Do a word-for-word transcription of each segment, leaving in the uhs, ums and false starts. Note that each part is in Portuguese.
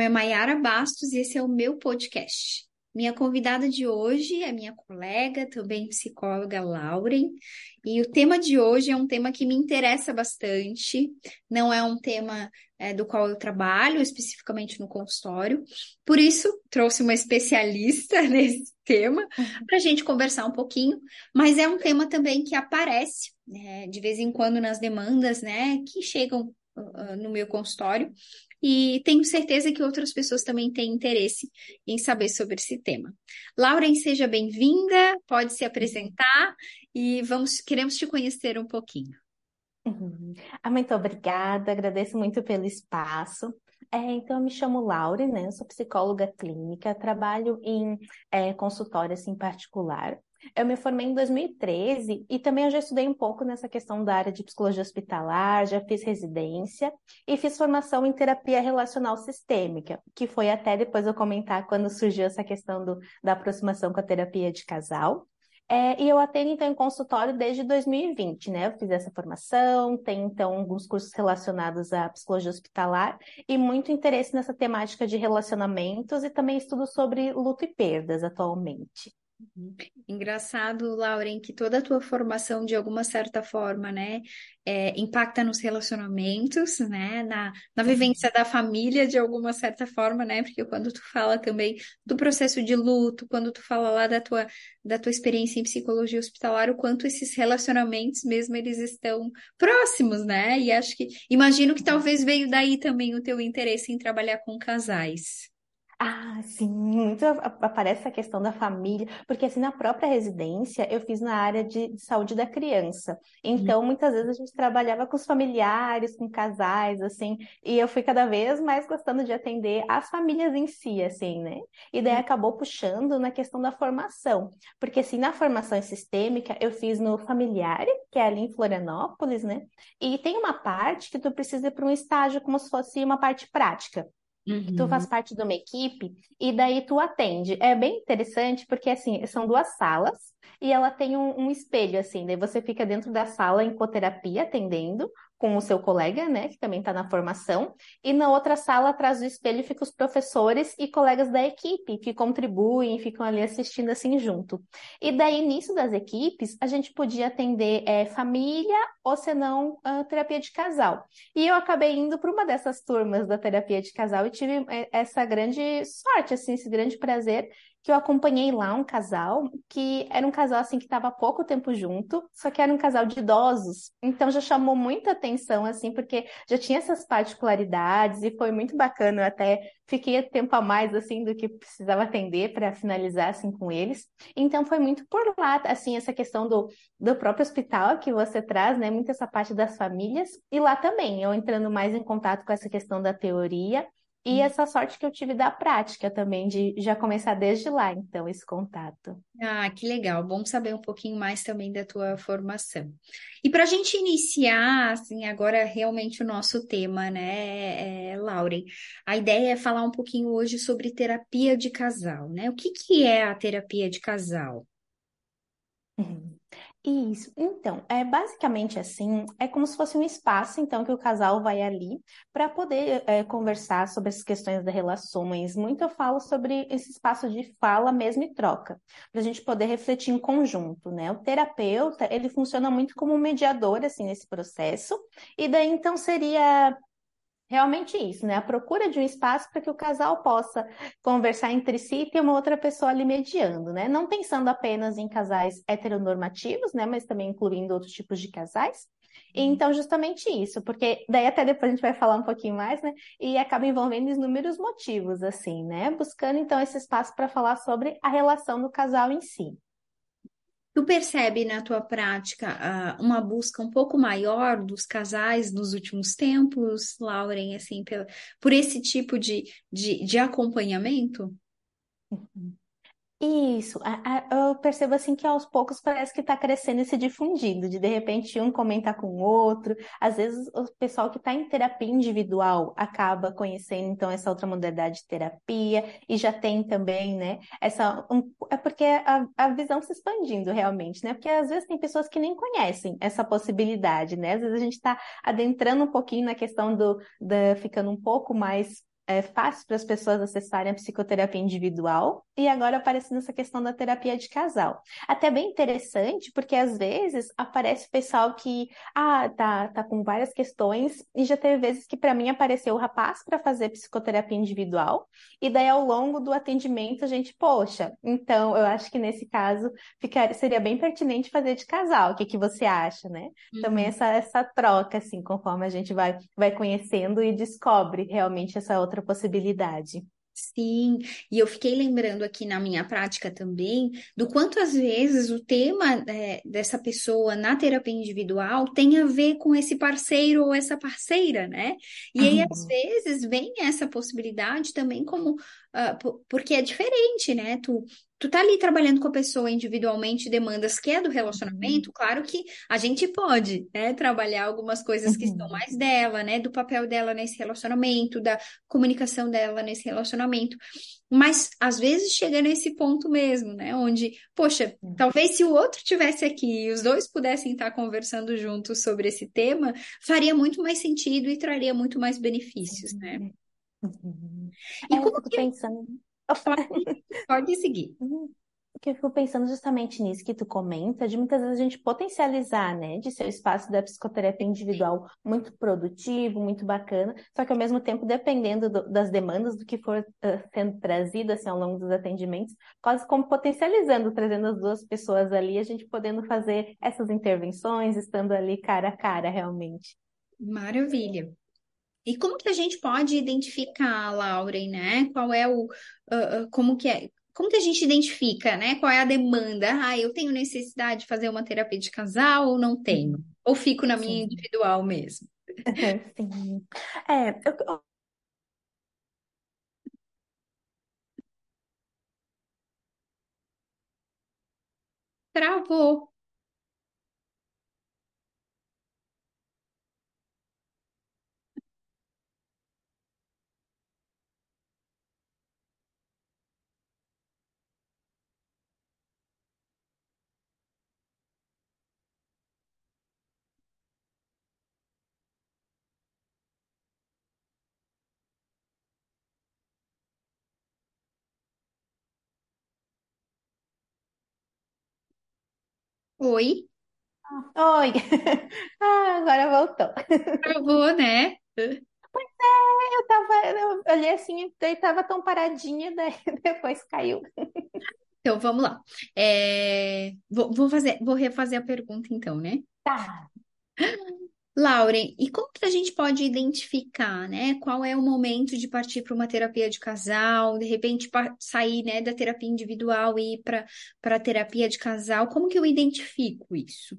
nome é Maiara Bastos e esse é o meu podcast. Minha convidada de hoje é minha colega, também psicóloga Lauren, e o tema de hoje é um tema que me interessa bastante, não é um tema é, do qual eu trabalho especificamente no consultório, por isso trouxe uma especialista nesse tema para a gente conversar um pouquinho, mas é um tema também que aparece né, de vez em quando nas demandas né, que chegam uh, no meu consultório. E tenho certeza que outras pessoas também têm interesse em saber sobre esse tema. Lauren, seja bem-vinda, pode se apresentar e vamos, queremos te conhecer um pouquinho. Uhum. Ah, muito obrigada, agradeço muito pelo espaço. É, então, eu me chamo Lauren, né? Eu sou psicóloga clínica, trabalho em é, consultório assim, particular. Eu me formei em dois mil e treze e também eu já estudei um pouco nessa questão da área de psicologia hospitalar, já fiz residência e fiz formação em terapia relacional sistêmica, que foi até depois eu comentar quando surgiu essa questão do, da aproximação com a terapia de casal. É, e eu atendo, então, em consultório desde dois mil e vinte, né? Eu fiz essa formação, tenho, então, alguns cursos relacionados à psicologia hospitalar e muito interesse nessa temática de relacionamentos e também estudo sobre luto e perdas atualmente. Engraçado, Lauren, que toda a tua formação, de alguma certa forma, né, é, impacta nos relacionamentos, né, na, na vivência da família, de alguma certa forma, né, porque quando tu fala também do processo de luto, quando tu fala lá da tua, da tua experiência em psicologia hospitalar, o quanto esses relacionamentos mesmo, eles estão próximos, né, e acho que, imagino que talvez veio daí também o teu interesse em trabalhar com casais. Ah, sim, muito a- aparece essa questão da família, porque assim, na própria residência eu fiz na área de, de saúde da criança. Então, muitas vezes a gente trabalhava com os familiares, com casais, assim, e eu fui cada vez mais gostando de atender as famílias em si, assim, né? E daí acabou puxando na questão da formação, porque assim, na formação sistêmica eu fiz no familiar, que é ali em Florianópolis, né? E tem uma parte que tu precisa ir para um estágio como se fosse uma parte prática que tu faz Uhum. parte de uma equipe e daí tu atende. É bem interessante porque, assim, são duas salas e ela tem um, um espelho, assim, daí você fica dentro da sala em coterapia atendendo com o seu colega, né, que também está na formação, e na outra sala, atrás do espelho, ficam os professores e colegas da equipe que contribuem, ficam ali assistindo assim junto. E daí, nisso das equipes, a gente podia atender é, família ou, se não, a terapia de casal. E eu acabei indo para uma dessas turmas da terapia de casal e tive é, essa grande sorte, assim, esse grande prazer que eu acompanhei lá um casal que era um casal assim que estava há pouco tempo junto, só que era um casal de idosos. Então já chamou muita atenção assim, porque já tinha essas particularidades e foi muito bacana. Eu até fiquei tempo a mais assim do que precisava atender para finalizar assim com eles. Então foi muito por lá, assim, essa questão do do próprio hospital que você traz, né? Muito essa parte das famílias. E lá também, eu entrando mais em contato com essa questão da teoria e essa sorte que eu tive da prática também, de já começar desde lá, então, esse contato. Ah, que legal. Bom saber um pouquinho mais também da tua formação. E para a gente iniciar, assim, agora realmente o nosso tema, né, é, Lauren? A ideia é falar um pouquinho hoje sobre terapia de casal, né? O que que é a terapia de casal? Uhum. Isso. Então, é basicamente assim, é como se fosse um espaço, então, que o casal vai ali para poder é, conversar sobre as questões das relações. Muito eu falo sobre esse espaço de fala mesmo e troca, para a gente poder refletir em conjunto, né? O terapeuta, ele funciona muito como um mediador, assim, nesse processo, e daí, então, seria realmente isso, né? A procura de um espaço para que o casal possa conversar entre si e ter uma outra pessoa ali mediando, né? Não pensando apenas em casais heteronormativos, né? Mas também incluindo outros tipos de casais. E então, justamente isso, porque daí até depois a gente vai falar um pouquinho mais, né? E acaba envolvendo inúmeros motivos, assim, né? Buscando então esse espaço para falar sobre a relação do casal em si. Tu percebe na tua prática, ah, uma busca um pouco maior dos casais nos últimos tempos, Lauren, assim, pela- por esse tipo de, de, de acompanhamento? Isso, a- a- eu percebo assim que aos poucos parece que está crescendo e se difundindo, de de repente um comentar com o outro. Às vezes o pessoal que está em terapia individual acaba conhecendo então essa outra modalidade de terapia e já tem também, né? Essa um- é porque a, a visão se expandindo realmente, né? Porque às vezes tem pessoas que nem conhecem essa possibilidade, né? Às vezes a gente está adentrando um pouquinho na questão do da, ficando um pouco mais é fácil para as pessoas acessarem a psicoterapia individual e agora aparecendo essa questão da terapia de casal. Até bem interessante, porque às vezes aparece pessoal que ah, tá, tá com várias questões, e já teve vezes que para mim apareceu o rapaz para fazer psicoterapia individual, e daí ao longo do atendimento a gente, poxa, então eu acho que nesse caso ficaria, seria bem pertinente fazer de casal. O que que você acha, né? Também Uhum. essa, essa troca, assim, conforme a gente vai, vai conhecendo e descobre realmente essa outra possibilidade. Sim, e eu fiquei lembrando aqui na minha prática também do quanto às vezes o tema é, dessa pessoa na terapia individual tem a ver com esse parceiro ou essa parceira, né? E aí às Uhum. vezes vem essa possibilidade também como ah, po- porque é diferente, né? Tu Tu tá ali trabalhando com a pessoa individualmente, demandas que é do Uhum. relacionamento, claro que a gente pode, né, trabalhar algumas coisas que são Uhum. mais dela, né, do papel dela nesse relacionamento, da comunicação dela nesse relacionamento. Mas às vezes chega nesse ponto mesmo, né? Onde, poxa, talvez se o outro tivesse aqui e os dois pudessem estar conversando juntos sobre esse tema, faria muito mais sentido e traria muito mais benefícios, né? Sim. Uhum. E É, eu como fico que pensando. Opa! pode, pode seguir? Uhum. Porque eu fico pensando justamente nisso que tu comenta, de muitas vezes a gente potencializar, né, de ser o espaço da psicoterapia individual muito produtivo, muito bacana, só que ao mesmo tempo, dependendo do- das demandas do que for eh, sendo trazido assim, ao longo dos atendimentos, quase como potencializando, trazendo as duas pessoas ali, a gente podendo fazer essas intervenções, estando ali cara a cara realmente. Maravilha. E como que a gente pode identificar, Lauren, né? Qual é o, ah, ah, como que é, como que a gente identifica, né? Qual é a demanda? Ah, eu tenho necessidade de fazer uma terapia de casal ou não tenho? Uhum. Ou fico na minha Sim, individual mesmo? sim. É, eu, Travou. Oi, oi! Ah, agora voltou. travou, né? Eu tava, eu olhei assim, daí tava tão paradinha, daí depois caiu. Então vamos lá. É, vou, vou fazer, vou refazer a pergunta então, né? Tá. Lauren, e como que a gente pode identificar, né? Qual é o momento de partir para uma terapia de casal, de repente pa- sair, né, da terapia individual e ir para para terapia de casal? Como que eu identifico isso?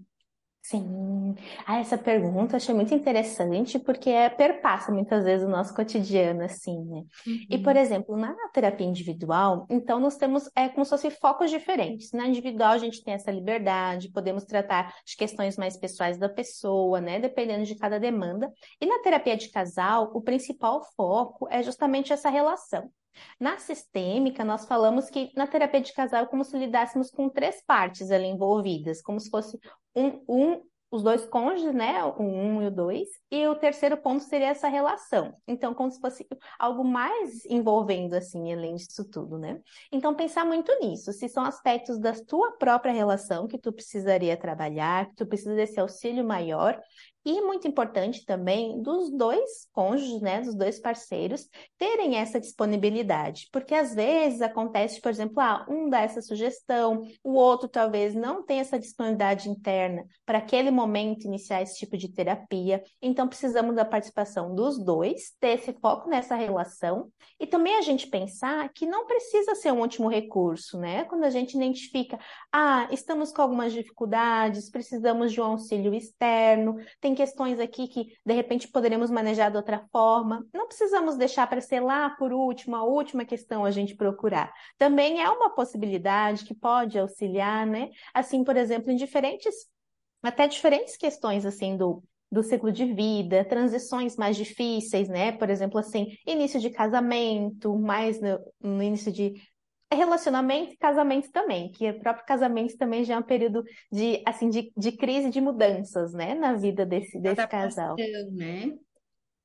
Sim. Ah, essa pergunta eu achei muito interessante porque é, perpassa muitas vezes o nosso cotidiano, assim, né? E, por Uhum. exemplo, na terapia individual, então nós temos é, como se fossem focos diferentes. Na individual, a gente tem essa liberdade, podemos tratar de questões mais pessoais da pessoa, né? Dependendo de cada demanda. E na terapia de casal, o principal foco é justamente essa relação. Na sistêmica, nós falamos que na terapia de casal é como se lidássemos com três partes ali envolvidas, como se fosse um, um, os dois cônjuges, né? O um e o dois, e o terceiro ponto seria essa relação. Então, como se fosse algo mais envolvendo, assim, além disso tudo, né? Então, pensar muito nisso, se são aspectos da tua própria relação que tu precisaria trabalhar, que tu precisa desse auxílio maior, e muito importante também dos dois cônjuges, né? Dos dois parceiros terem essa disponibilidade, porque às vezes acontece, por exemplo, ah, um dá essa sugestão, o outro talvez não tenha essa disponibilidade interna para aquele momento iniciar esse tipo de terapia. Então precisamos da participação dos dois, ter esse foco nessa relação e também a gente pensar que não precisa ser um último recurso, né? Quando a gente identifica, ah, estamos com algumas dificuldades, precisamos de um auxílio externo, tem questões aqui que de repente poderemos manejar de outra forma. Não precisamos deixar para ser lá por último, a última questão a gente procurar. Também é uma possibilidade que pode auxiliar, né? Assim, por exemplo, em diferentes, até diferentes questões assim do do ciclo de vida, transições mais difíceis, né? Por exemplo, assim, início de casamento, mais no, no início de relacionamento e casamento também, que o próprio casamento também já é um período de, assim, de, de crise, de mudanças, né, na vida desse, desse casal. Adaptação, né?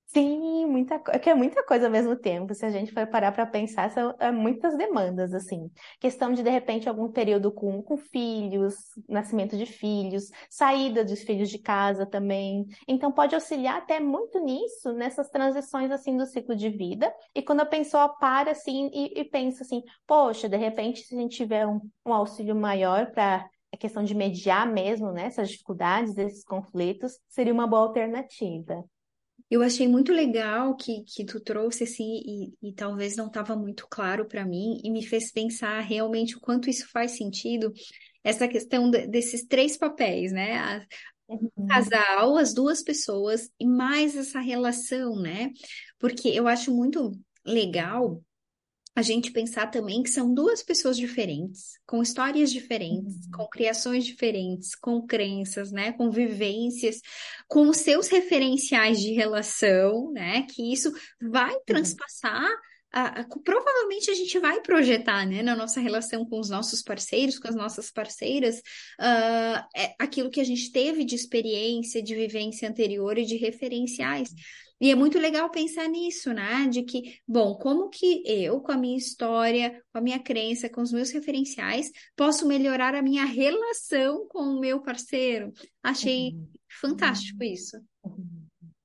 Sim, muita, co- é que é muita coisa ao mesmo tempo. Se a gente for parar para pensar, são é, muitas demandas, assim. Questão de, de repente, algum período com, com filhos, nascimento de filhos, saída dos filhos de casa também. Então, pode auxiliar até muito nisso, nessas transições, assim, do ciclo de vida. E quando a pessoa para, assim, e, e pensa assim, poxa, de repente, se a gente tiver um, um auxílio maior para a questão de mediar mesmo, né, essas dificuldades, esses conflitos, seria uma boa alternativa. Eu achei muito legal que, que tu trouxe assim, e, e talvez não estava muito claro para mim, e me fez pensar realmente o quanto isso faz sentido, essa questão de- desses três papéis, né? A- o Uhum, casal, as duas pessoas, e mais essa relação, né? Porque eu acho muito legal a gente pensar também que são duas pessoas diferentes, com histórias diferentes, com uhum, criações diferentes, com crenças, né, com vivências, com os seus referenciais de relação, né, que isso vai uhum, transpassar. A- a- provavelmente a gente vai projetar, né, na nossa relação com os nossos parceiros, com as nossas parceiras, ah, é aquilo que a gente teve de experiência, de vivência anterior e de referenciais. E é muito legal pensar nisso, né? De que, bom, como que eu, com a minha história, com a minha crença, com os meus referenciais, posso melhorar a minha relação com o meu parceiro? Achei uhum, fantástico isso. uhum.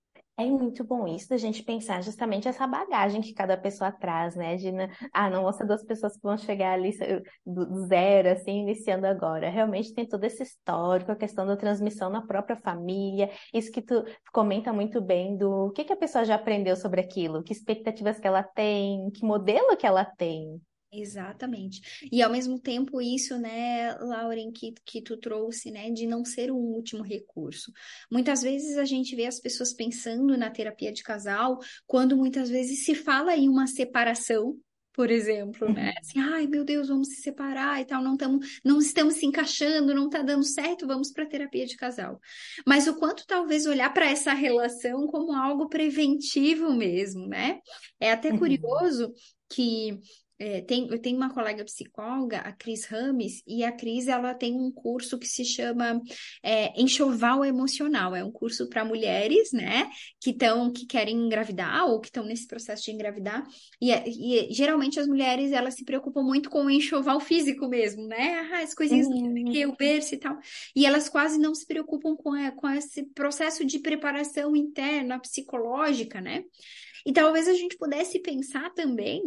É muito bom isso da gente pensar justamente essa bagagem que cada pessoa traz, né? De, né, ah, não vão ser duas pessoas que vão chegar ali se- do do zero, assim, iniciando agora. Realmente tem todo esse histórico, a questão da transmissão na própria família, isso que tu comenta muito bem do que que a pessoa já aprendeu sobre aquilo, que expectativas que ela tem, que modelo que ela tem. Exatamente. E ao mesmo tempo isso, né, Lauren, que, que tu trouxe, né, de não ser um último recurso. Muitas vezes a gente vê as pessoas pensando na terapia de casal quando muitas vezes se fala em uma separação, por exemplo, né? Uhum, Assim, ai, meu Deus, vamos se separar e tal, não estamos, não estamos se encaixando, não está dando certo, vamos para terapia de casal. Mas o quanto talvez olhar para essa relação como algo preventivo mesmo, né? É até uhum, curioso que é, tem, eu tenho uma colega psicóloga, a Cris Rames, e a Cris ela tem um curso que se chama é, Enxoval Emocional. É um curso para mulheres, né, que estão, que querem engravidar ou que estão nesse processo de engravidar. E, é- e, geralmente as mulheres elas se preocupam muito com o enxoval físico mesmo, né? Ah, as coisinhas do uhum, que o berço e tal. E elas quase não se preocupam com, a- com esse processo de preparação interna, psicológica, né? E talvez a gente pudesse pensar também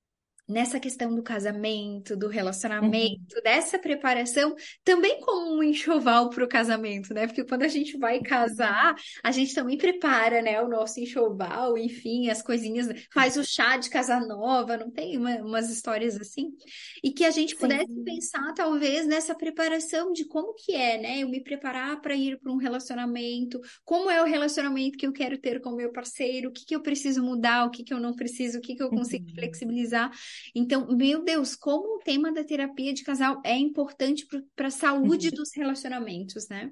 nessa questão do casamento, do relacionamento, uhum, dessa preparação, também como um enxoval para o casamento, né? Porque quando a gente vai casar, a gente também prepara, né, o nosso enxoval, enfim, as coisinhas, faz o chá de casa nova, não tem uma- umas histórias assim? E que a gente pudesse sim. pensar, talvez, nessa preparação de como que é, né? Eu me preparar para ir para um relacionamento, como é o relacionamento que eu quero ter com o meu parceiro, o que que eu preciso mudar, o que que eu não preciso, o que que eu consigo Uhum. flexibilizar. Então, meu Deus, como o tema da terapia de casal é importante para a saúde Uhum. dos relacionamentos, né?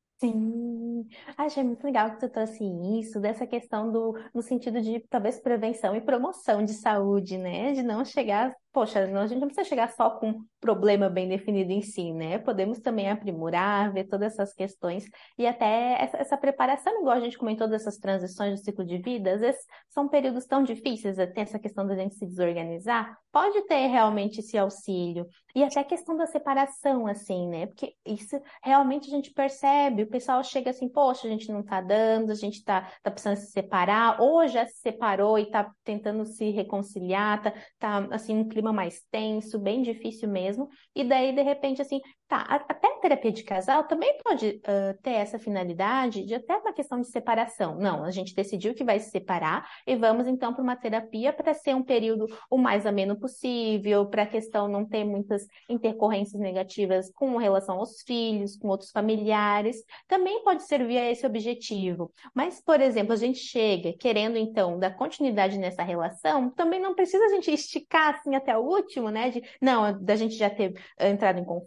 Sim, achei muito legal que tu trouxe isso, dessa questão do, no sentido de talvez prevenção e promoção de saúde, né? De não chegar, poxa, não, a gente não precisa chegar só com um problema bem definido em si, né? Podemos também aprimorar, ver todas essas questões e até essa, essa preparação, igual a gente comentou dessas transições do ciclo de vida, às vezes são períodos tão difíceis, tem essa questão da gente se desorganizar, pode ter realmente esse auxílio. E até a questão da separação, assim, né? Porque isso realmente a gente percebe, o pessoal chega assim, poxa, a gente não tá dando, a gente tá, tá precisando se separar, ou já se separou e tá tentando se reconciliar, tá, tá assim, um clima mais tenso, bem difícil mesmo. E daí, de repente, assim, tá, a- até a terapia de casal também pode ah, ter essa finalidade de até uma questão de separação. Não, a gente decidiu que vai se separar e vamos então para uma terapia para ser um período o mais ameno possível, para a questão não ter muitas intercorrências negativas com relação aos filhos, com outros familiares, também pode servir a esse objetivo. Mas, por exemplo, a gente chega querendo então dar continuidade nessa relação, também não precisa a gente esticar assim até o último, né? De, não, da gente já ter eh, entrado em conflito,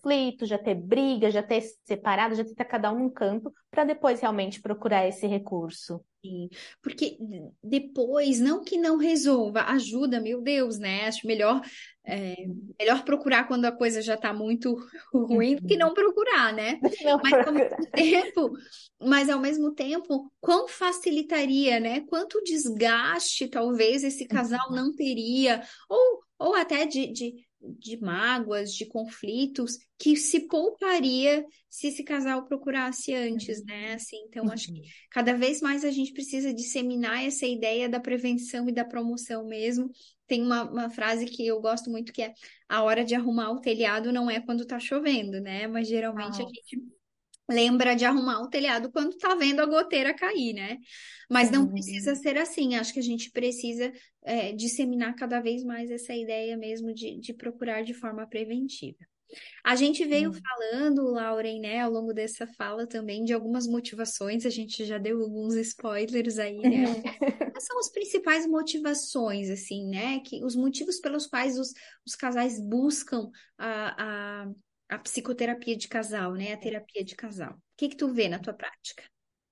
já ter briga, já ter se separado, já ter cada um num canto, para depois realmente procurar esse recurso. Sim, porque depois, não que não resolva, ajuda, meu Deus, né? Acho melhor, é, melhor procurar quando a coisa já está muito ruim do que Uhum. não procurar, né? Não Mas ao procurar. mesmo tempo, mas ao mesmo tempo, quão facilitaria, né? Quanto desgaste talvez esse casal não teria, ou, ou até de, de, de mágoas, de conflitos, que se pouparia se esse casal procurasse antes, né? Assim, então acho que Uhum. cada vez mais a gente precisa disseminar essa ideia da prevenção e da promoção mesmo. Tem uma, uma frase que eu gosto muito que é: a hora de arrumar o telhado não é quando tá chovendo, né? Mas geralmente a Ah, gente lembra de arrumar o telhado quando tá vendo a goteira cair, né? Mas não precisa sim. ser assim. Acho que a gente precisa é, disseminar cada vez mais essa ideia mesmo de, de procurar de forma preventiva. A gente veio Hum. falando, Lauren, né, ao longo dessa fala também de algumas motivações, a gente já deu alguns spoilers aí, né? Uhum. Quais são as principais motivações, assim, né? Que, os motivos pelos quais os, os casais buscam a, a, a psicoterapia de casal, né? A terapia de casal. O que que tu vê na tua prática?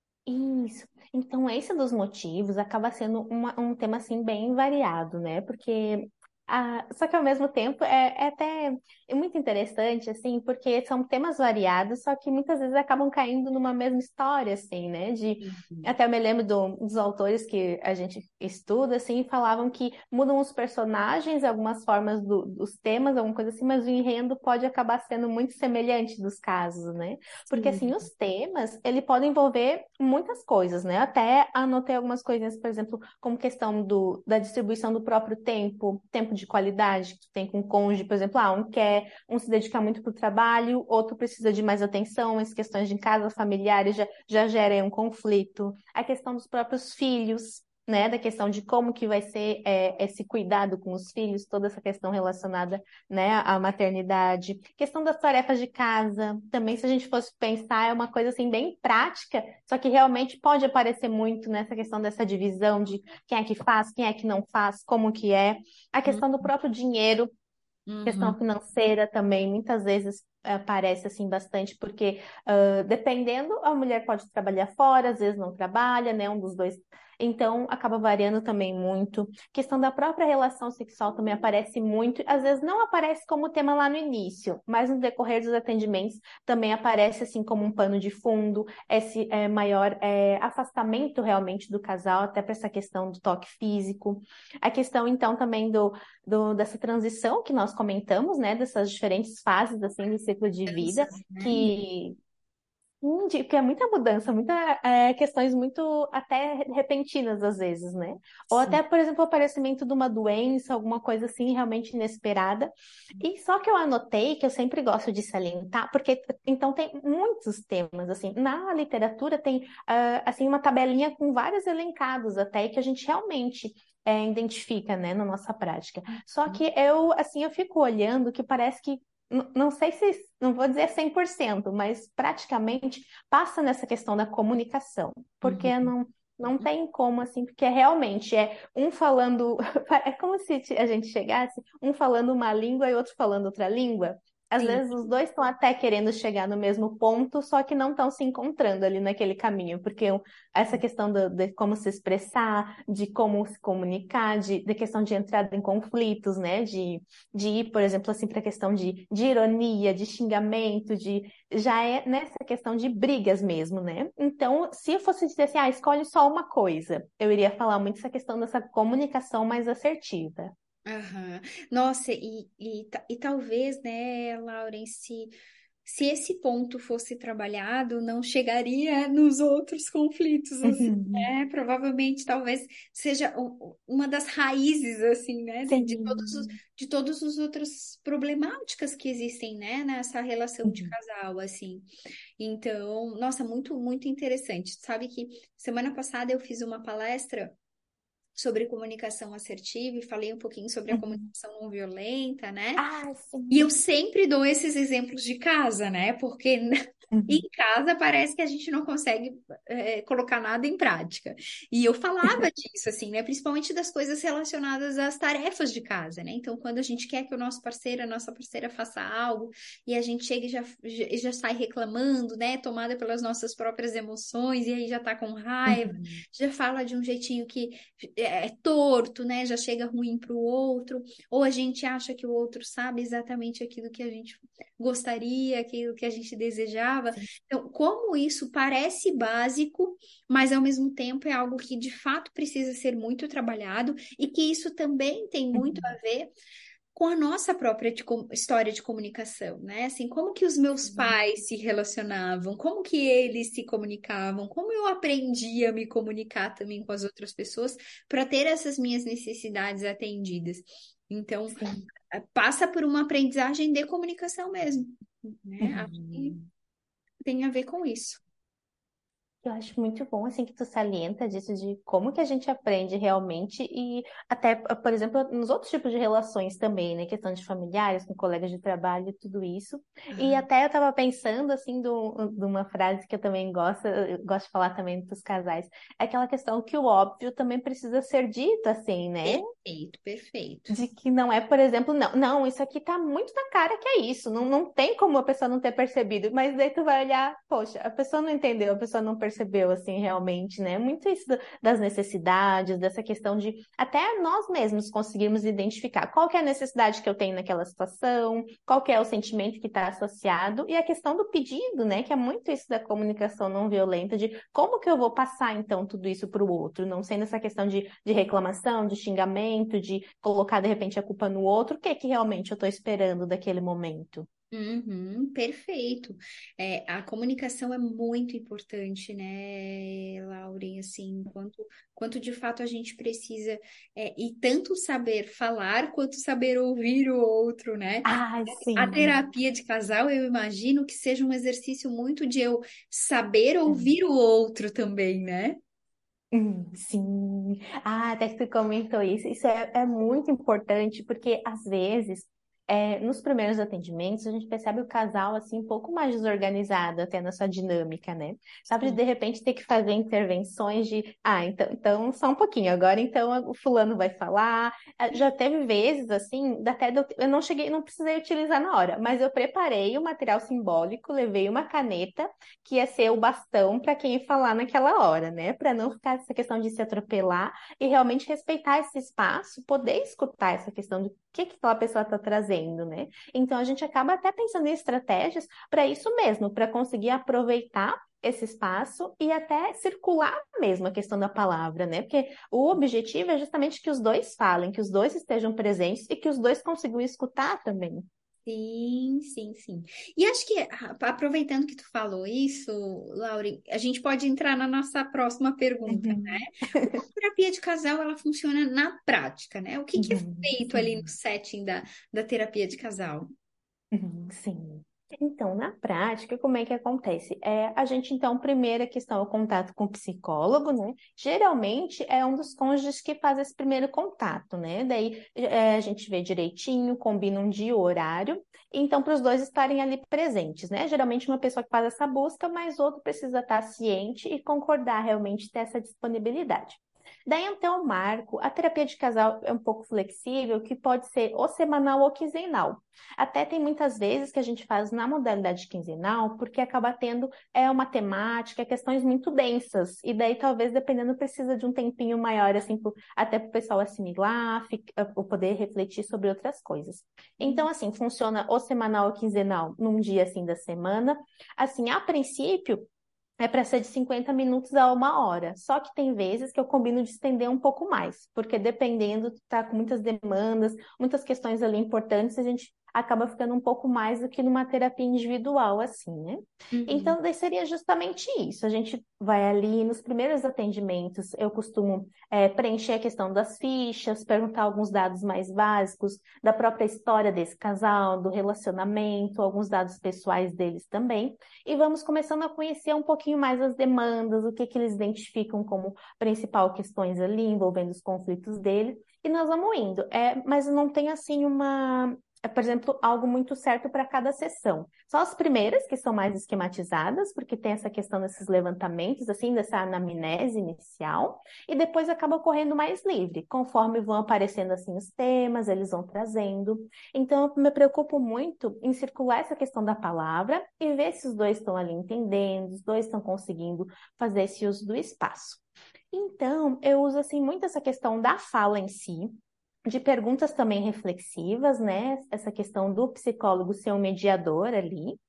Isso. Então, esse dos motivos acaba sendo uma- um tema assim bem variado, né? Porque ah, só que ao mesmo tempo é, é até é muito interessante, assim, porque são temas variados, só que muitas vezes acabam caindo numa mesma história, assim, né? De Uhum. até eu me lembro do- dos autores que a gente estuda, assim, falavam que mudam os personagens, algumas formas do- dos temas, alguma coisa assim, mas o enredo pode acabar sendo muito semelhante dos casos, né? Porque assim, Sim. os temas, ele pode envolver muitas coisas, né? Até anotei algumas coisinhas, por exemplo, como questão do, da distribuição do próprio tempo, tempo de qualidade que tu tem com o cônjuge, por exemplo, ah, um quer, um se dedica muito para o trabalho, outro precisa de mais atenção, as questões de casa, familiares já, já gerem um conflito. A questão dos próprios filhos, né? Da questão de como que vai ser é, esse cuidado com os filhos, toda essa questão relacionada, né, à maternidade. Questão das tarefas de casa, também se a gente fosse pensar, é uma coisa assim bem prática, só que realmente pode aparecer muito nessa questão dessa divisão de quem é que faz, quem é que não faz, como que é. A questão do próprio dinheiro, questão Uhum. financeira também, muitas vezes eh, aparece assim bastante, porque ah, dependendo, a mulher pode trabalhar fora, às vezes não trabalha, né? Um dos dois. Então, acaba variando também muito. Questão da própria relação sexual também aparece muito. Às vezes não aparece como tema lá no início, mas no decorrer dos atendimentos também aparece assim como um pano de fundo, esse eh, maior eh, afastamento realmente do casal, até para essa questão do toque físico. A questão, então, também do do- dessa transição que nós comentamos, né, dessas diferentes fases assim do ciclo de vida, Mudanças, né? que hum, de- que é muita mudança, muita é, questões muito até repentinas às vezes, né? Ou Sim. até, por exemplo, o aparecimento de uma doença, alguma coisa assim realmente inesperada. E só que eu anotei que eu sempre gosto de salientar, porque então tem muitos temas assim. Na literatura tem ah, assim uma tabelinha com vários elencados até que a gente realmente é, identifica, né, na nossa prática. Só que eu assim eu fico olhando que parece que N- não sei se, não vou dizer cem por cento, mas praticamente passa nessa questão da comunicação, porque Uhum. não, não tem como, assim, porque realmente é um falando, é como se a gente chegasse, um falando uma língua e outro falando outra língua. Às Sim. vezes os dois estão até querendo chegar no mesmo ponto, só que não estão se encontrando ali naquele caminho, porque essa questão do- de como se expressar, de como se comunicar, de, de questão de entrada em conflitos, né? De de ir, por exemplo, assim, para a questão de, de ironia, de xingamento, de já é nessa questão de brigas mesmo, né? Então, se eu fosse dizer assim, ah, escolhe só uma coisa, eu iria falar muito essa questão dessa comunicação mais assertiva. Aham. Nossa, e, e, ta- e talvez, né, Lauren, se, se esse ponto fosse trabalhado, não chegaria nos outros conflitos, assim, Uhum. né? Provavelmente, talvez seja u- uma das raízes, assim, né, de, de todos os, Sim. de todos os outras problemáticas que existem, né, nessa relação de Uhum. casal, assim. Então, nossa, muito, muito interessante. Sabe que semana passada eu fiz uma palestra sobre comunicação assertiva e falei um pouquinho sobre a Uhum. comunicação não violenta, né? Ah, E eu sim. sempre dou esses exemplos de casa, né? Porque em Uhum. casa parece que a gente não consegue é, colocar nada em prática. E eu falava disso, assim, né? Principalmente das coisas relacionadas às tarefas de casa, né? Então, quando a gente quer que o nosso parceiro, a nossa parceira faça algo e a gente chega e já, já, já sai reclamando, né? Tomada pelas nossas próprias emoções e aí já tá com raiva, Uhum. já fala de um jeitinho que é é torto, né? Já chega ruim pro outro, ou a gente acha que o outro sabe exatamente aquilo que a gente gostaria, aquilo que a gente desejava. Sim. Então, como isso parece básico, mas ao mesmo tempo é algo que de fato precisa ser muito trabalhado e que isso também tem muito a Uhum. ver com a nossa própria de com- história de comunicação, né? Assim, como que os meus Sim. pais se relacionavam, como que eles se comunicavam, como eu aprendi a me comunicar também com as outras pessoas para ter essas minhas necessidades atendidas. Então, Sim. eh, passa por uma aprendizagem de comunicação mesmo, né? Acho que Uhum. tem a ver com isso. Eu acho muito bom, assim, que tu salienta disso, de como que a gente aprende realmente e até, por exemplo, nos outros tipos de relações também, né? Questão de familiares, com colegas de trabalho, tudo isso. E Ah, até eu tava pensando, assim, do- de uma frase que eu também gosto, eu gosto de falar também dos casais, é aquela questão que o óbvio também precisa ser dito, assim, né? perfeito, perfeito. De que não é, por exemplo, não, não, isso aqui tá muito na cara que é isso, não, não tem como a pessoa não ter percebido, mas daí tu vai olhar, poxa, a pessoa não entendeu, a pessoa não percebeu, assim, realmente, né? Muito isso do- das necessidades, dessa questão de até nós mesmos conseguirmos identificar qual que é a necessidade que eu tenho naquela situação, qual que é o sentimento que está associado, e a questão do pedido, né? Que é muito isso da comunicação não violenta, de como que eu vou passar, então, tudo isso para o outro, não sendo essa questão de, de reclamação, de xingamento, de colocar de repente a culpa no outro, o que é que realmente eu estou esperando daquele momento? Uhum, perfeito. É, a comunicação é muito importante, né, Lauren? Assim, quanto, quanto de fato a gente precisa, é, e tanto saber falar quanto saber ouvir o outro, né? Ah, A sim. terapia de casal, eu imagino que seja um exercício muito de eu saber ouvir o outro também, né? Hum, sim. Ah, até que tu comentou isso. Isso é, é muito importante, porque às vezes, é, nos primeiros atendimentos, a gente percebe o casal assim um pouco mais desorganizado até na sua dinâmica, né? Sabe, de Sim. de repente ter que fazer intervenções de, ah, então, então só um pouquinho, agora então o fulano vai falar. Ah, já teve vezes assim, até de eu eu não cheguei, não precisei utilizar na hora, mas eu preparei o material simbólico, levei uma caneta que ia ser o bastão para quem ia falar naquela hora, né? Para não ficar essa questão de se atropelar e realmente respeitar esse espaço, poder escutar essa questão de o que que aquela pessoa está trazendo, né? Então a gente acaba até pensando em estratégias para isso mesmo, para conseguir aproveitar esse espaço e até circular mesmo a questão da palavra, né? Porque o objetivo é justamente que os dois falem, que os dois estejam presentes e que os dois consigam escutar também. Sim, sim, sim. E acho que, a- aproveitando que tu falou isso, Laure, a gente pode entrar na nossa próxima pergunta, né? Uhum. Como a terapia de casal, ela funciona na prática, né? O que que é Uhum. feito ali no Sim. setting da, da terapia de casal? Uhum, sim. Então, na prática, como é que acontece? É, a gente, então, primeira questão é o contato com o psicólogo, né? Geralmente é um dos cônjuges que faz esse primeiro contato, né? Daí é, a gente vê direitinho, combina um dia, o horário, então, para os dois estarem ali presentes, né? Geralmente uma pessoa que faz essa busca, mas outro precisa estar ciente e concordar realmente ter essa disponibilidade. Daí, então, o marco, a terapia de casal é um pouco flexível, que pode ser ou semanal ou quinzenal. Até tem muitas vezes que a gente faz na modalidade quinzenal, porque acaba tendo é uma temática, questões muito densas, e daí talvez dependendo precisa de um tempinho maior, assim, pro- até para o pessoal assimilar, fica- ou poder refletir sobre outras coisas. Então, assim, funciona ou semanal ou quinzenal num dia assim da semana. Assim, a princípio, é para ser de cinquenta minutos a uma hora. Só que tem vezes que eu combino de estender um pouco mais, porque dependendo, tu tá com muitas demandas, muitas questões ali importantes, a gente acaba ficando um pouco mais do que numa terapia individual, assim, né? Uhum. Então, daí seria justamente isso. A gente vai ali nos primeiros atendimentos, eu costumo é, preencher a questão das fichas, perguntar alguns dados mais básicos da própria história desse casal, do relacionamento, alguns dados pessoais deles também, e vamos começando a conhecer um pouquinho mais as demandas, o que que eles identificam como principal questões ali envolvendo os conflitos deles, e nós vamos indo. É, mas não tem assim uma é, por exemplo, algo muito certo para cada sessão. Só as primeiras, que são mais esquematizadas, porque tem essa questão desses levantamentos, assim, dessa anamnese inicial, e depois acaba correndo mais livre, conforme vão aparecendo, assim, os temas, eles vão trazendo. Então, eu me preocupo muito em circular essa questão da palavra e ver se os dois estão ali entendendo, os dois estão conseguindo fazer esse uso do espaço. Então, eu uso, assim, muito essa questão da fala em si, de perguntas também reflexivas, né? Essa questão do psicólogo ser um mediador ali,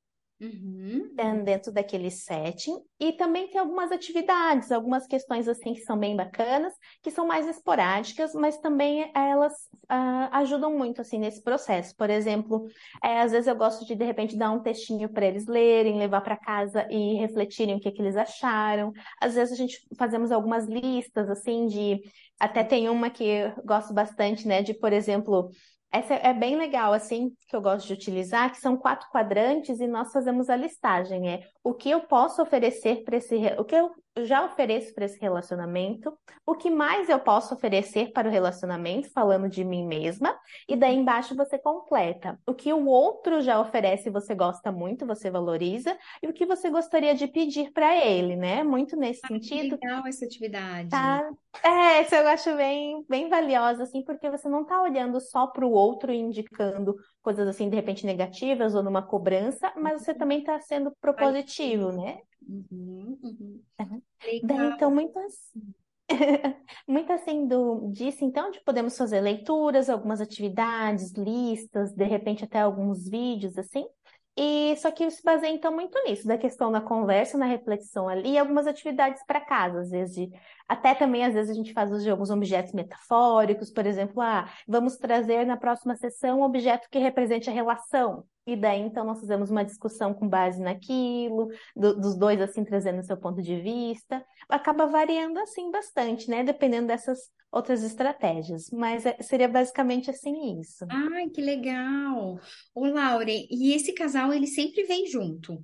Uhum. é, Uhum. dentro daquele setting. E também tem algumas atividades, algumas questões assim que são bem bacanas, que são mais esporádicas, mas também elas ah, ajudam muito assim nesse processo. Por exemplo, é, às vezes eu gosto de de repente dar um textinho para eles lerem, levar para casa e refletirem o que que eles acharam. Às vezes a gente fazemos algumas listas assim de até tem uma que eu gosto bastante, né, de, por exemplo, essa é bem legal, assim, que eu gosto de utilizar, que são quatro quadrantes e nós fazemos a listagem. É o que eu posso oferecer para esse, re- o que eu já ofereço para esse relacionamento, o que mais eu posso oferecer para o relacionamento, falando de mim mesma, e daí embaixo você completa o que o outro já oferece, você gosta muito, você valoriza, e o que você gostaria de pedir para ele, né? Muito nesse Ai, que sentido. legal essa atividade. Tá. É, isso eu acho bem, bem valiosa, assim, porque você não tá olhando só para o outro e indicando coisas assim, de repente, negativas ou numa cobrança, mas você também está sendo propositivo, Validando. né? Uhum, uhum. Daí, então, Legal. muitas, muito assim do, disso, então, de podemos fazer leituras, algumas atividades, listas, de repente até alguns vídeos, assim. E só que se baseia então muito nisso, da questão da conversa, na reflexão ali, e algumas atividades para casa, às vezes de, até também às vezes a gente faz uso de alguns objetos metafóricos, por exemplo, ah, vamos trazer na próxima sessão um objeto que represente a relação. E daí então nós fazemos uma discussão com base naquilo, do- dos dois assim trazendo o seu ponto de vista. Acaba variando assim bastante, né? Dependendo dessas outras estratégias. Mas é- seria basicamente assim isso. Ai, que legal. Ô, Laure, e esse casal, ele sempre vem junto?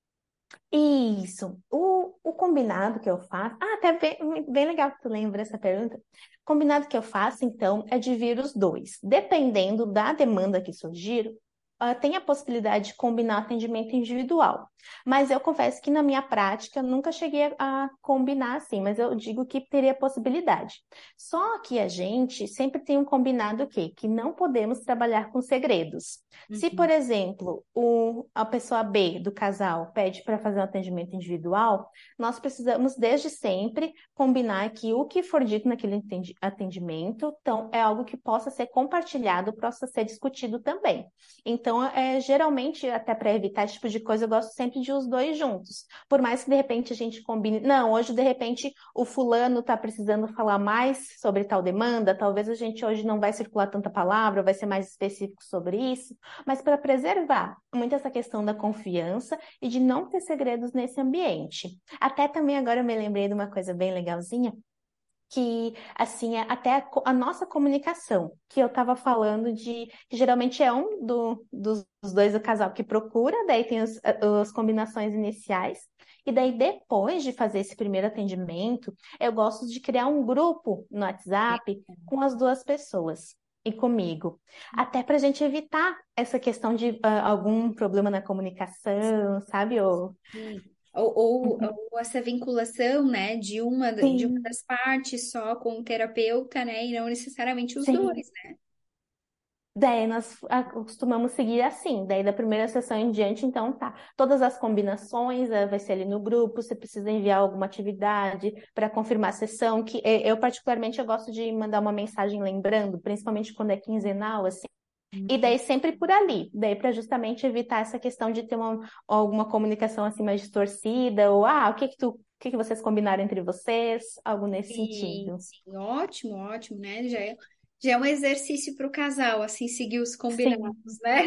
Isso. O, o combinado que eu faço. Ah, até bem, bem legal que tu lembra essa pergunta. O combinado que eu faço, então, é de vir os dois. Dependendo da demanda que surgir, ah, tem a possibilidade de combinar atendimento individual. Mas eu confesso que na minha prática nunca cheguei a combinar assim, mas eu digo que teria possibilidade. Só que a gente sempre tem um combinado o quê? Que não podemos trabalhar com segredos. Se, por Uhum. exemplo, o, a pessoa B do casal pede para fazer um atendimento individual, nós precisamos, desde sempre, combinar que o que for dito naquele atendi- atendimento, então, é algo que possa ser compartilhado, possa ser discutido também. Então, é, geralmente, até para evitar esse tipo de coisa, eu gosto sempre de os dois juntos. Por mais que, de repente, a gente combine. Não, hoje, de repente, o fulano está precisando falar mais sobre tal demanda, talvez a gente hoje não vai circular tanta palavra, vai ser mais específico sobre isso, mas para preservar muito essa questão da confiança e de não ter segredos nesse ambiente. Até também agora eu me lembrei de uma coisa bem legalzinha, que assim é até a, co- a nossa comunicação, que eu estava falando de que geralmente é um do- dos, dos dois do casal que procura, daí tem os, as combinações iniciais. E daí, depois de fazer esse primeiro atendimento, eu gosto de criar um grupo no WhatsApp com as duas pessoas e comigo, até para a gente evitar essa questão de ah, algum problema na comunicação, sabe? Ou... Sim. Ou, ou, Uhum. ou essa vinculação, né, de uma, de uma Sim, das partes só com o terapeuta, né, e não necessariamente os sim. dois, né? Daí nós ah, costumamos seguir assim, daí da primeira sessão em diante, então tá. Todas as combinações eh, vai ser ali no grupo, você precisa enviar alguma atividade para confirmar a sessão, que eh, eu particularmente eu gosto de mandar uma mensagem lembrando, principalmente quando é quinzenal, assim, e Hum. daí sempre por ali, daí para justamente evitar essa questão de ter uma, alguma comunicação assim mais distorcida, ou ah, o que que tu, o que que vocês combinaram entre vocês, algo nesse Sim, sentido. sim, ótimo, ótimo, né? Já é, Já é um exercício para o casal, assim, seguir os Sim. combinados, né?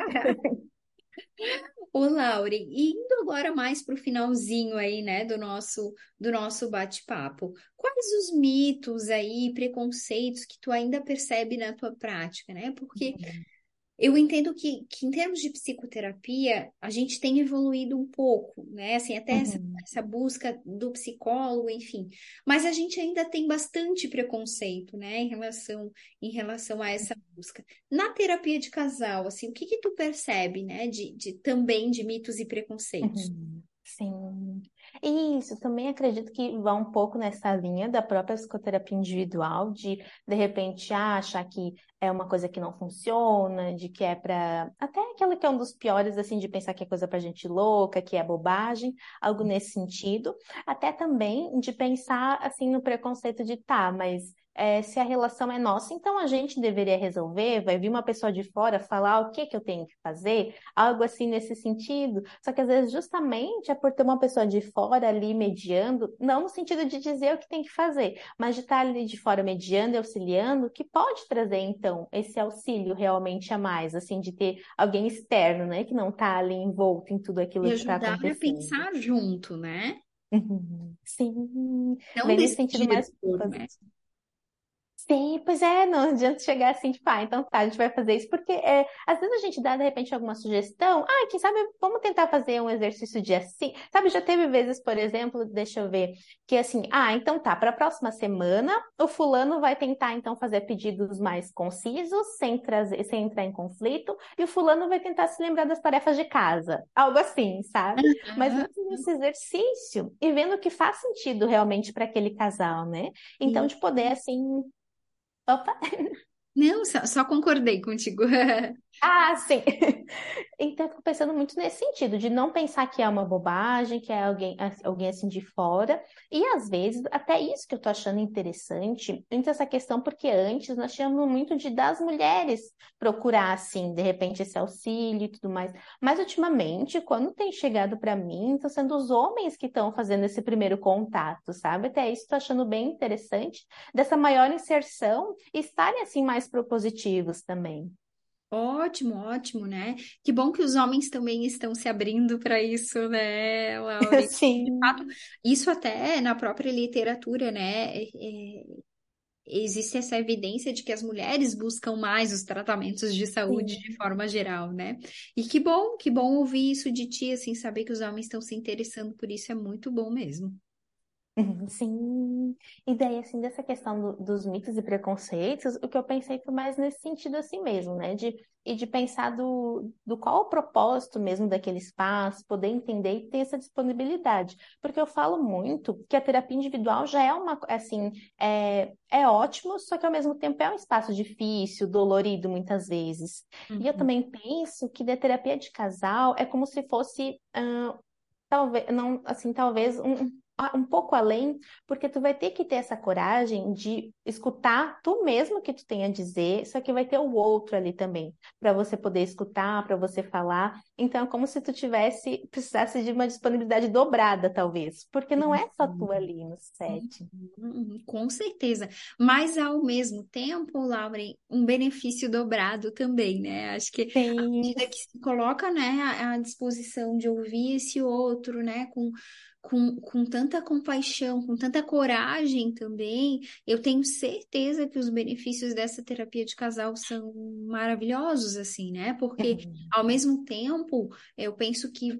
Ô, Laure, e indo agora mais para o finalzinho aí, né, do nosso, do nosso bate-papo, quais os mitos aí, preconceitos que tu ainda percebe na tua prática, né? Porque eu entendo que, que em termos de psicoterapia, a gente tem evoluído um pouco, né? Assim, até essa, Uhum. essa busca do psicólogo, enfim. Mas a gente ainda tem bastante preconceito, né? Em relação, em relação a essa busca. Na terapia de casal, assim, o que que tu percebe, né? De, de também de mitos e preconceitos? Uhum. Sim. E isso, também acredito que vai um pouco nessa linha da própria psicoterapia individual, de de repente ah, achar que é uma coisa que não funciona, de que é para até aquela que é um dos piores, assim, de pensar que é coisa para gente louca, que é bobagem, algo nesse sentido. Até também de pensar assim no preconceito de tá, mas é, se a relação é nossa, então a gente deveria resolver, vai vir uma pessoa de fora falar o que que eu tenho que fazer, algo assim nesse sentido. Só que às vezes justamente é por ter uma pessoa de fora ali mediando, não no sentido de dizer o que tem que fazer, mas de estar ali de fora mediando e auxiliando, que pode trazer então esse auxílio realmente a mais, assim, de ter alguém externo, né, que não está ali envolto em tudo E aquilo que está ajudar a acontecendo. pensar junto, né? Uhum. Sim, Não bem nesse sentido decidir mais por, né? positivo. Sim, pois é, não adianta chegar assim, tipo, ah, então tá, a gente vai fazer isso, porque é, às vezes a gente dá, de repente, alguma sugestão, ah, quem sabe vamos tentar fazer um exercício de assim, sabe, já teve vezes, por exemplo, deixa eu ver, que assim, ah, então tá, para a próxima semana, o fulano vai tentar, então, fazer pedidos mais concisos, sem trazer, sem entrar em conflito, e o fulano vai tentar se lembrar das tarefas de casa, algo assim, sabe? Mas Aham. antes desse exercício, e vendo que faz sentido realmente para aquele casal, né? Então, E- de poder, assim, opa. Não, só, só concordei contigo. Ah, sim. Então, eu fico pensando muito nesse sentido, de não pensar que é uma bobagem, que é alguém, alguém assim de fora. E às vezes, até isso que eu tô achando interessante, muito essa questão, porque antes nós tínhamos muito de das mulheres procurar, assim, de repente, esse auxílio e tudo mais. Mas ultimamente, quando tem chegado para mim, estão sendo os homens que estão fazendo esse primeiro contato, sabe? Até isso estou achando bem interessante, dessa maior inserção e estarem, assim, mais propositivos também. Ótimo, ótimo, né? Que bom que os homens também estão se abrindo para isso, né, Lauri? De fato, Sim. isso até na própria literatura, né? é- é- existe essa evidência de que as mulheres buscam mais os tratamentos de saúde de Sim. forma geral, né? E que bom, que bom ouvir isso de ti, assim, saber que os homens estão se interessando por isso é muito bom mesmo. Uhum, sim. E daí, assim, dessa questão do- dos mitos e preconceitos, o que eu pensei foi mais nesse sentido assim mesmo, né? De, e de pensar do, do qual o propósito mesmo daquele espaço, poder entender e ter essa disponibilidade. Porque eu falo muito que a terapia individual já é uma, assim, é, é ótimo, só que ao mesmo tempo é um espaço difícil, dolorido muitas vezes. E eu Uhum. também penso que da terapia de casal é como se fosse talvez, não, assim, talvez um, um pouco além, porque tu vai ter que ter essa coragem de escutar tu mesmo que tu tem a dizer, só que vai ter o outro ali também, para você poder escutar, para você falar. Então, é como se tu tivesse, precisasse de uma disponibilidade dobrada, talvez, porque não é só tu ali no set. Uhum, com certeza. Mas ao mesmo tempo, Lauren, um benefício dobrado também, né? Acho que à Sim. medida que se coloca, né, à à disposição de ouvir esse outro, né, com, com, com tanta compaixão, com tanta coragem também, eu tenho certeza que os benefícios dessa terapia de casal são maravilhosos, assim, né? Porque ao mesmo tempo, eu penso que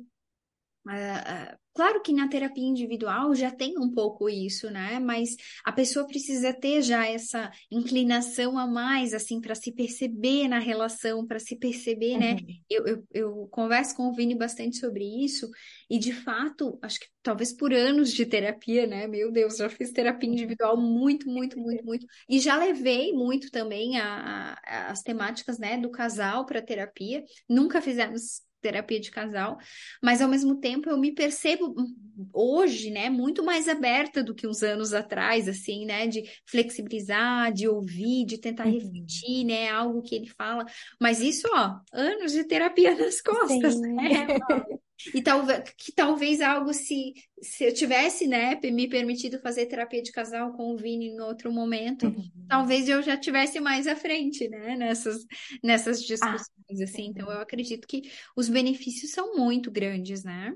ah, ah, claro que na terapia individual já tem um pouco isso, né? Mas a pessoa precisa ter já essa inclinação a mais, assim, para se perceber na relação, para se perceber, né? Uhum. Eu, eu, eu converso com o Vini bastante sobre isso, e de fato, acho que talvez por anos de terapia, né? Meu Deus, já fiz terapia individual muito, muito, muito, muito. E já levei muito também a, a- as temáticas, né, do casal para terapia. Nunca fizemos terapia de casal, mas ao mesmo tempo eu me percebo hoje, né, muito mais aberta do que uns anos atrás, assim, né, de flexibilizar, de ouvir, de tentar Uhum. refletir, né, algo que ele fala. Mas isso, ó, anos de terapia nas costas, Sim. né? E talvez que talvez algo se se eu tivesse, né, me permitido fazer terapia de casal com o Vini em outro momento, talvez eu já tivesse mais à frente, né, nessas nessas Ah, discussões assim. Então eu sim. acredito que os benefícios são muito grandes, né?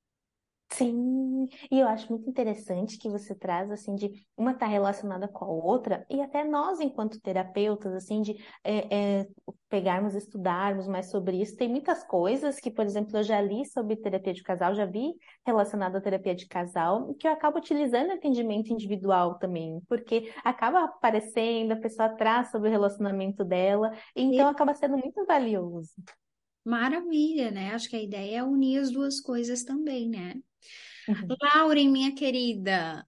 Sim, e eu acho muito interessante que você traz assim de uma estar relacionada com a outra e até nós enquanto terapeutas assim de é, é, pegarmos, estudarmos mais sobre isso. Tem muitas coisas que, por exemplo, eu já li sobre terapia de casal, já vi relacionado à terapia de casal, que eu acabo utilizando em atendimento individual também, porque acaba aparecendo, a pessoa traz sobre o relacionamento dela, e então acaba sendo muito valioso. Maravilha, né? Acho que a ideia é unir as duas coisas também, né? Uhum. Lauren, minha querida,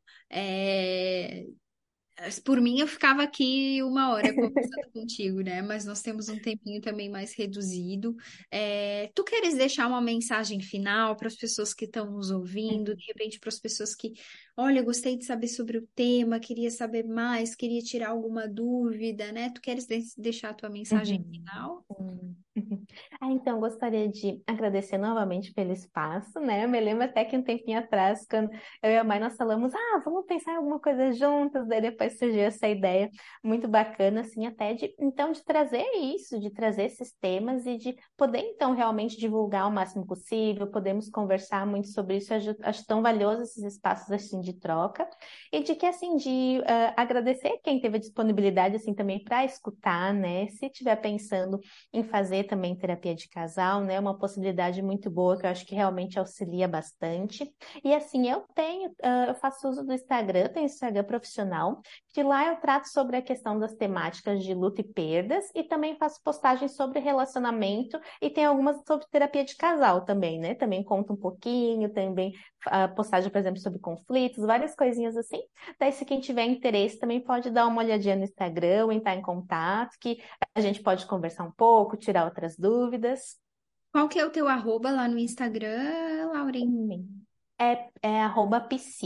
é, por mim, eu ficava aqui uma hora conversando contigo, né? Mas nós temos um tempinho também mais reduzido. É, tu queres deixar uma mensagem final para as pessoas que estão nos ouvindo, de repente para as pessoas que, olha, eu gostei de saber sobre o tema, queria saber mais, queria tirar alguma dúvida, né? Tu queres de- deixar a tua mensagem Uhum. final? Uhum. Uhum. Ah, então, gostaria de agradecer novamente pelo espaço, né? Eu me lembro até que um tempinho atrás, quando eu e a mãe nós falamos, ah, vamos pensar em alguma coisa juntas, daí depois surgiu essa ideia muito bacana, assim, até de, então, de trazer isso, de trazer esses temas e de poder, então, realmente divulgar o máximo possível, podemos conversar muito sobre isso, acho, acho tão valioso esses espaços, assim, de troca, e de que, assim, de ah, agradecer quem teve a disponibilidade, assim, também para escutar, né? Se estiver pensando em fazer também terapia de casal, né? Uma possibilidade muito boa que eu acho que realmente auxilia bastante. E assim, eu tenho, ah, eu faço uso do Instagram, tenho Instagram profissional, que lá eu trato sobre a questão das temáticas de luto e perdas e também faço postagens sobre relacionamento e tem algumas sobre terapia de casal também, né? Também conto um pouquinho, também ah, postagem, por exemplo, sobre conflitos, várias coisinhas assim. Daí, se quem tiver interesse também pode dar uma olhadinha no Instagram, entrar em contato, que a gente pode conversar um pouco, tirar outras dúvidas. Qual que é o teu arroba lá no Instagram, Lauren? Hum. É, é arroba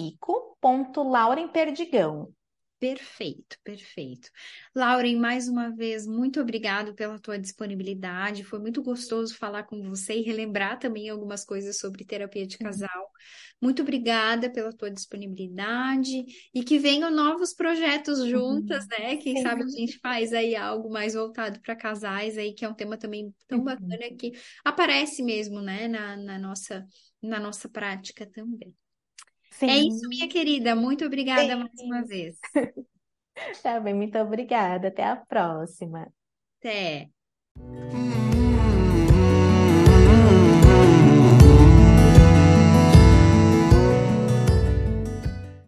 psico.laurenperdigão. Perfeito, perfeito. Lauren, mais uma vez, muito obrigado pela tua disponibilidade. Foi muito gostoso falar com você e relembrar também algumas coisas sobre terapia de Uhum. casal. Muito obrigada pela tua disponibilidade e que venham novos projetos juntas, Uhum. né? Quem sabe a Sim. gente faz aí algo mais voltado para casais aí, que é um tema também tão Uhum. bacana que aparece mesmo, né, na, na nossa, na nossa prática também. É isso, minha Sim. querida. Muito obrigada mais uma Sim. vez. Tá bem, muito obrigada. Até a próxima. Até.